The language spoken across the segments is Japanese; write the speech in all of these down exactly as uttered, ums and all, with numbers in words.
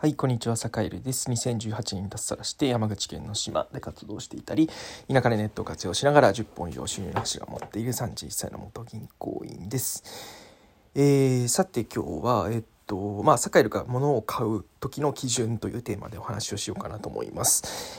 はい、こんにちは、坂井です。にせんじゅうはちねんに脱サラして山口県の島で活動していたり、田舎でネットを活用しながらじゅっぽん以上収入の柱を持っているさんじゅういっさいの元銀行員です。えー、さて今日は、えっと、まあ、坂井が物を買う時の基準というテーマでお話をしようかなと思います。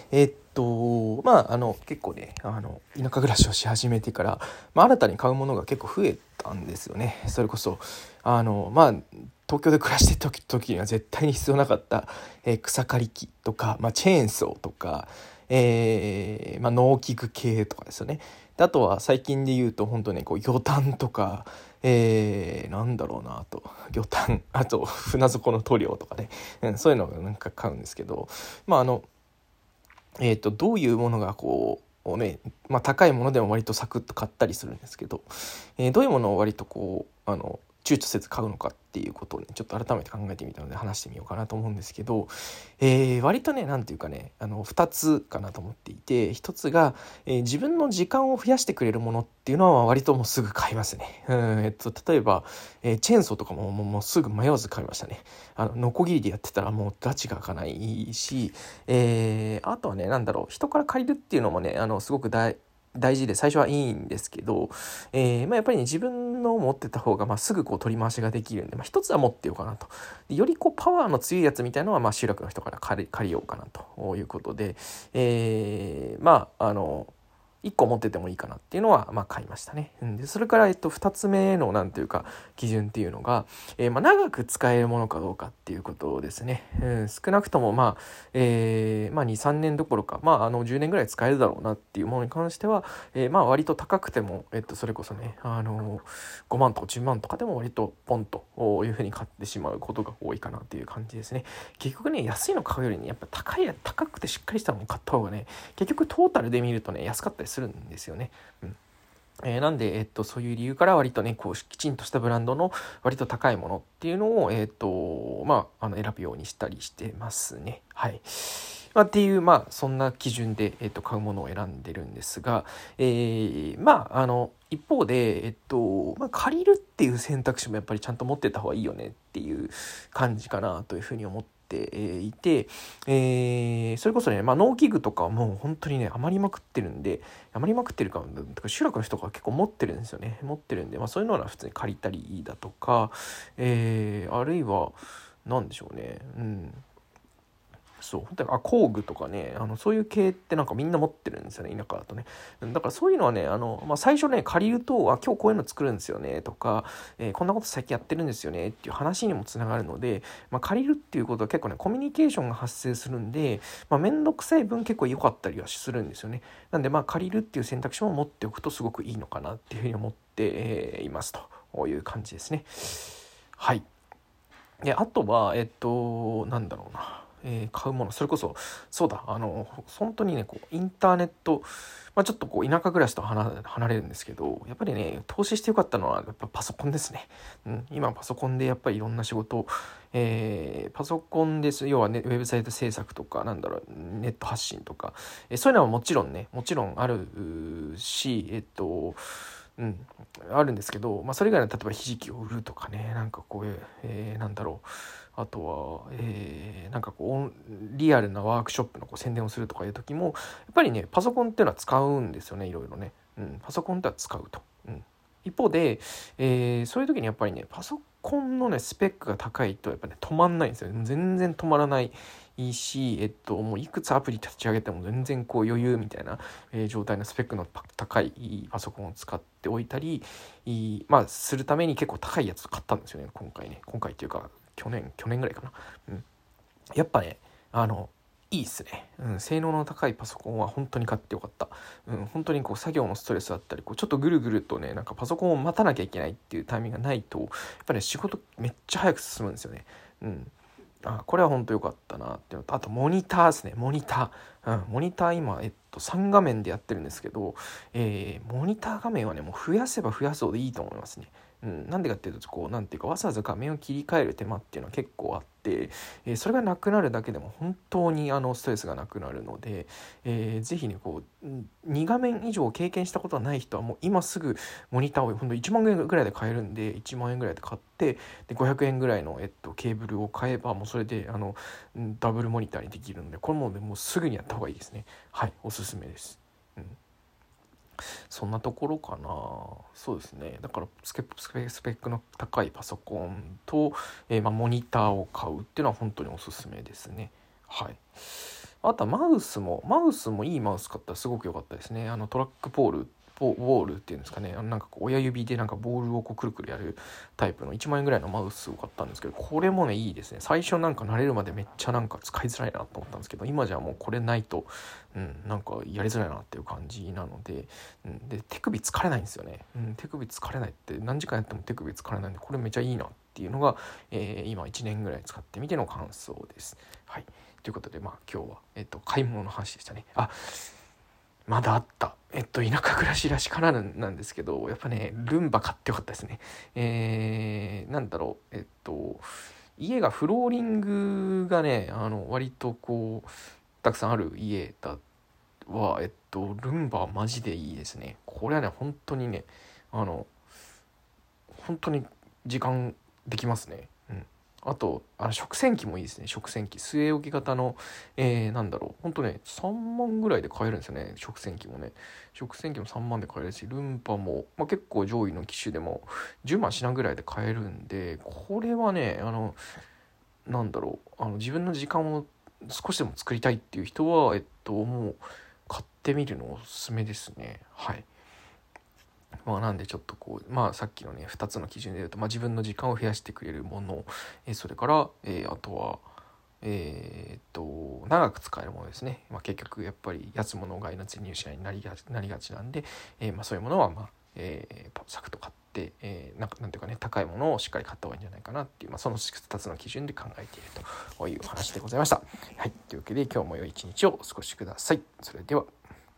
えっと、まあ、あの、結構ね、あの、田舎暮らしをし始めてから、まあ、新たに買うものが結構増えたんですよね。それこそ、あの、まあ、東京で暮らしてた時、時には絶対に必要なかった、えー草刈り機とか、まあ、チェーンソーとか、えーまあ、農機具系とかですよね。であとは最近で言うと本当ねこう魚探とか、えー、なんだろうなあと魚探あと船底の塗料とかね、うん、そういうのをなんか買うんですけど、まああのえー、とどういうものがこうね、まあ、高いものでも割とサクッと買ったりするんですけど、えーどういうものを割とこうあの躊躇せず買うのかっていうことをねちょっと改めて考えてみたので話してみようかなと思うんですけど、えー割とねなんていうかねあのふたつかなと思っていて、ひとつが、えー自分の時間を増やしてくれるものっていうのは割ともうすぐ買いますね。うん、えっと、例えば、えーチェーンソーとかももうもうすぐ迷わず買いましたね。あのノコギリでやってたらもう拉致が開かないし、えーあとはねなんだろう人から借りるっていうのもねあのすごく大大事で最初はいいんですけど、えーまあ、やっぱりね自分の持ってた方が、まあ、すぐこう取り回しができるんで、まあ、一つは持ってようかなと。でよりこうパワーの強いやつみたいなのは、まあ、集落の人から借り、借りようかなということで、えーまああのいっこ持っててもいいかなっていうのは、まあ、買いましたね。うん、でそれから、えっと、ふたつめのなんていうか基準っていうのが、えーまあ、長く使えるものかどうかっていうことですね。うん、少なくとも、まあえーまあ、にさんねんどころか、まあ、あのじゅうねんぐらい使えるだろうなっていうものに関しては、えーまあ、割と高くても、えっと、それこそね、あのごまんとかじゅうまんとかでも割とポンというふうに買ってしまうことが多いかなっていう感じですね。結局ね安いの買うよりねやっぱ高い高くてしっかりしたのを買った方がね結局トータルで見るとね安かったりするんですよね。うんえー、なんで、えっと、そういう理由から割とねこうきちんとしたブランドの割と高いものっていうのを、えっとまあ、あの選ぶようにしたりしてますね。はい。まあ、っていう、まあ、そんな基準で、えっと、買うものを選んでるんですが、えー、まああの一方で、えっとまあ、借りるっていう選択肢もやっぱりちゃんと持ってた方がいいよねっていう感じかなというふうに思っていて、えー、それこそね、まあ、農機具とかはもう本当にね余りまくってるんで余りまくってるか集落の人が結構持ってるんですよね。持ってるんで、まあ、そういうのは普通に借りたりだとか、えー、あるいは何でしょうね、うんそう本当にあ工具とかねあのそういう系ってなんかみんな持ってるんですよね田舎だとね。だからそういうのはねあの、まあ、最初ね借りるとあ今日こういうの作るんですよねとか、えーこんなこと最近やってるんですよねっていう話にもつながるので、まあ、借りるっていうことは結構ねコミュニケーションが発生するんで、まあ、めんどくさい分結構良かったりはするんですよね。なんでまあ借りるっていう選択肢も持っておくとすごくいいのかなっていうふうに思って、えーいますという感じですね。はい。であとはえっとなんだろうな、えー買うものそれこそそうだあの本当にねこうインターネット、まあ、ちょっとこう田舎暮らしと離離れるんですけどやっぱりね投資してよかったのはやっぱパソコンですね。うん、今パソコンでやっぱりいろんな仕事を、えーパソコンです要はねウェブサイト制作とかなんだろうネット発信とか、えーそういうのはもちろんねもちろんあるしえっとうん、あるんですけど、まあ、それ以外の例えばひじきを売るとかねなんかこういう、えー、なんだろうあとは、えー、なんかこうオンリアルなワークショップのこう宣伝をするとかいう時もやっぱりねパソコンっていうのは使うんですよねいろいろね、うん、パソコンっては使うと、うん、一方で、えー、そういう時にやっぱりねパソコンのねスペックが高いとやっぱね止まんないんですよ。全然止まらないいいし、えっと、もういくつアプリ立ち上げても全然こう余裕みたいな、えー状態のスペックの高いパソコンを使っておいたりいいまあするために結構高いやつ買ったんですよね今回ね今回っていうか去年去年ぐらいかな、うん、やっぱねあのいいっすね、うん、性能の高いパソコンは本当に買ってよかった、うん、本当にこう作業のストレスだったりこうちょっとぐるぐるとねなんかパソコンを待たなきゃいけないっていうタイミングがないとやっぱり、ね、仕事めっちゃ早く進むんですよね。うんあこれは本当良かったなっていうのとあとモニターですねモニター、うん、モニター今、えっと、さん画面でやってるんですけど、えー、モニター画面はねもう増やせば増やすほどいいと思いますね。 うん、なんでかっていうとこうなんていうかわざわざ画面を切り替える手間っていうのは結構あって、えー、それがなくなるだけでも本当にあのストレスがなくなるので、えー、ぜひねこうに画面以上経験したことはない人はもう今すぐモニターを本当いちまんえんぐらいで買えるんでいちまんえんぐらいで買ってでごひゃくえんぐらいの、えっと、ケーブルを買えばもうそれであのダブルモニターにできるのでこれもう、ね、もうすぐにやった方がいいですね。はい、おすすめです。うん、そんなところかな。そうですね。だからスペスペスペックの高いパソコンと、えーまあ、モニターを買うっていうのは本当におすすめですね。はい。あとはマウスもマウスもいいマウス買ったらすごく良かったですね。あのトラックポールボールっていうんですかね、あのなんかこう親指でなんかボールをこうくるくるやるタイプのいちまんえんぐらいのマウスを買ったんですけど、これもねいいですね。最初なんか慣れるまでめっちゃなんか使いづらいなと思ったんですけど、今じゃもうこれないと、うん、なんかやりづらいなっていう感じなので、うん、で手首疲れないんですよね、うん、手首疲れないって何時間やっても手首疲れないんでこれめちゃいいなっていうのが、えー、今いちねんぐらい使ってみての感想です。はい、ということでまあ今日は、えっと、買い物の話でしたね。あまだあった。えっと、田舎暮らしらしからぬなんですけど、やっぱね、ルンバ買ってよかったですね。えー、なんだろう、えっと、家がフローリングがね、あの、割とこう、たくさんある家だは、えっと、ルンバはマジでいいですね。これはね、本当にね、あの、本当に時間できますね。うん。あとあの食洗機もいいですね。食洗機据え置き型の、えー、なんだろうほんとねさんまんぐらいで買えるんですよね。食洗機もね食洗機もさんまんで買えるしルンバも、まあ、結構上位の機種でもじゅうまんしないぐらいで買えるんでこれはねあのなんだろうあの自分の時間を少しでも作りたいっていう人はえっともう買ってみるのおすすめですね。はい。まあ、なんでちょっとこう、まあ、さっきのねふたつの基準で言うと、まあ、自分の時間を増やしてくれるもの、えー、それから、えー、あとはえー、っと長く使えるものですね、まあ、結局やっぱり安物買いの前入者になりがちなりがちなんで、えーまあ、そういうものは、まあえー、サクッと買って、えー、なんかなんていうかね高いものをしっかり買った方がいいんじゃないかなっていう、まあ、そのふたつの基準で考えているという話でございました。はい、というわけで今日も良い一日をお過ごしください。それでは。